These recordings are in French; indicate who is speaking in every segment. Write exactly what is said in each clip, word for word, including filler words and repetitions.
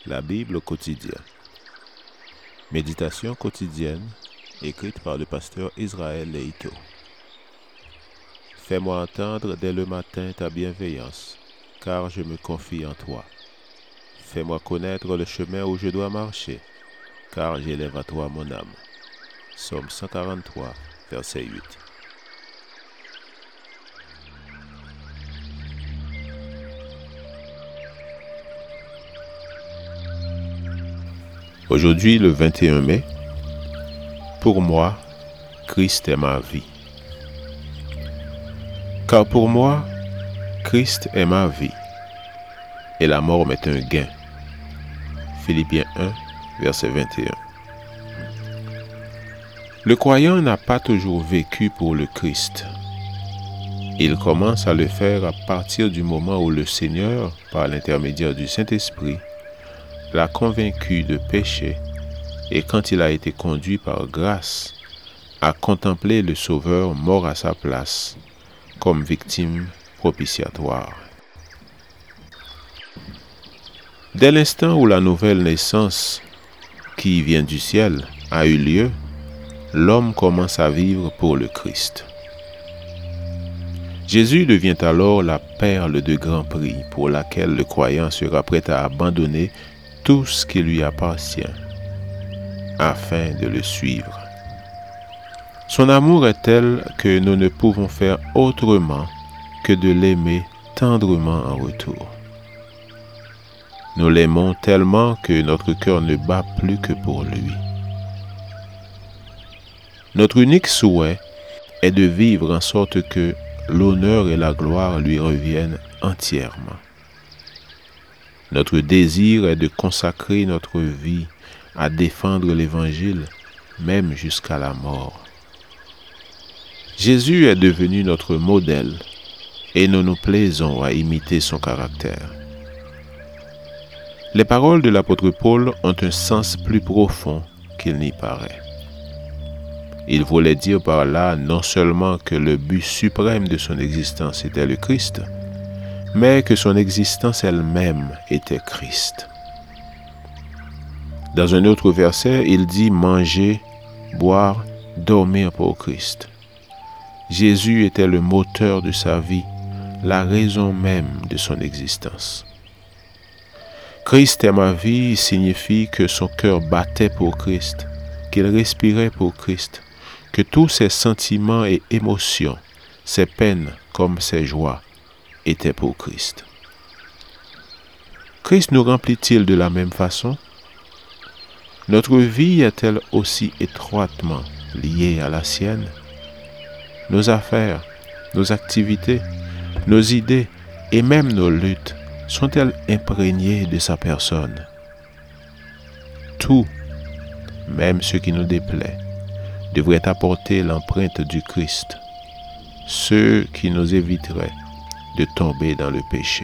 Speaker 1: La Bible au quotidien. Méditation quotidienne écrite par le pasteur Israël Leito. Fais-moi entendre dès le matin ta bienveillance, car je me confie en toi. Fais-moi connaître le chemin où je dois marcher, car j'élève à toi mon âme. Psaume cent quarante-trois, verset huit. Aujourd'hui, le vingt et un mai, pour moi, Christ est ma vie. Car pour moi, Christ est ma vie, et la mort m'est un gain. Philippiens un, verset vingt et un. Le croyant n'a pas toujours vécu pour le Christ. Il commence à le faire à partir du moment où le Seigneur, par l'intermédiaire du Saint-Esprit, l'a convaincu de péché et quand il a été conduit par grâce à contempler le Sauveur mort à sa place comme victime propitiatoire. Dès l'instant où la nouvelle naissance qui vient du ciel a eu lieu, l'homme commence à vivre pour le Christ. Jésus devient alors la perle de grand prix pour laquelle le croyant sera prêt à abandonner tout ce qui lui appartient afin de le suivre. Son amour est tel que nous ne pouvons faire autrement que de l'aimer tendrement en retour. Nous l'aimons tellement que notre cœur ne bat plus que pour lui. Notre unique souhait est de vivre en sorte que l'honneur et la gloire lui reviennent entièrement. Notre désir est de consacrer notre vie à défendre l'Évangile, même jusqu'à la mort. Jésus est devenu notre modèle et nous nous plaisons à imiter son caractère. Les paroles de l'apôtre Paul ont un sens plus profond qu'il n'y paraît. Il voulait dire par là non seulement que le but suprême de son existence était le Christ, mais que son existence elle-même était Christ. Dans un autre verset, il dit manger, boire, dormir pour Christ. Jésus était le moteur de sa vie, la raison même de son existence. Christ est ma vie signifie que son cœur battait pour Christ, qu'il respirait pour Christ, que tous ses sentiments et émotions, ses peines comme ses joies, étaient pour Christ. Christ nous remplit-il de la même façon? Notre vie est-elle aussi étroitement liée à la sienne? Nos affaires, nos activités, nos idées et même nos luttes sont-elles imprégnées de sa personne? Tout, même ce qui nous déplaît, devrait apporter l'empreinte du Christ, ce qui nous éviterait de tomber dans le péché.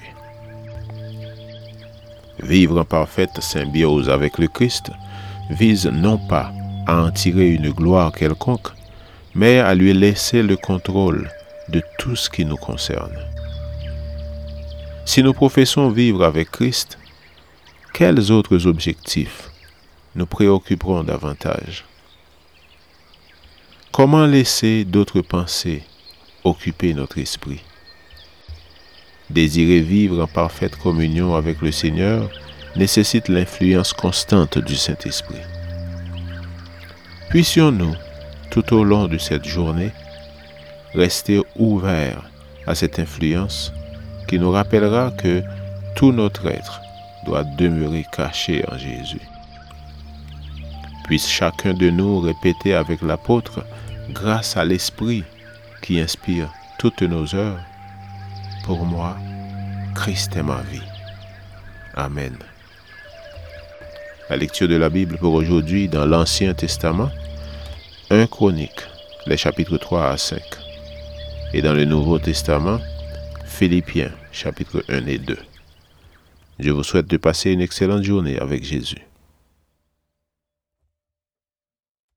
Speaker 1: Vivre en parfaite symbiose avec le Christ vise non pas à en tirer une gloire quelconque, mais à lui laisser le contrôle de tout ce qui nous concerne. Si nous professons vivre avec Christ, quels autres objectifs nous préoccuperont davantage? Comment laisser d'autres pensées occuper notre esprit? Désirer vivre en parfaite communion avec le Seigneur nécessite l'influence constante du Saint-Esprit. Puissions-nous, tout au long de cette journée, rester ouverts à cette influence qui nous rappellera que tout notre être doit demeurer caché en Jésus. Puisse chacun de nous répéter avec l'apôtre, grâce à l'Esprit qui inspire toutes nos heures, pour moi, Christ est ma vie. Amen. La lecture de la Bible pour aujourd'hui dans l'Ancien Testament, un Chroniques, les chapitres trois à cinq. Et dans le Nouveau Testament, Philippiens, chapitres un et deux. Je vous souhaite de passer une excellente journée avec Jésus.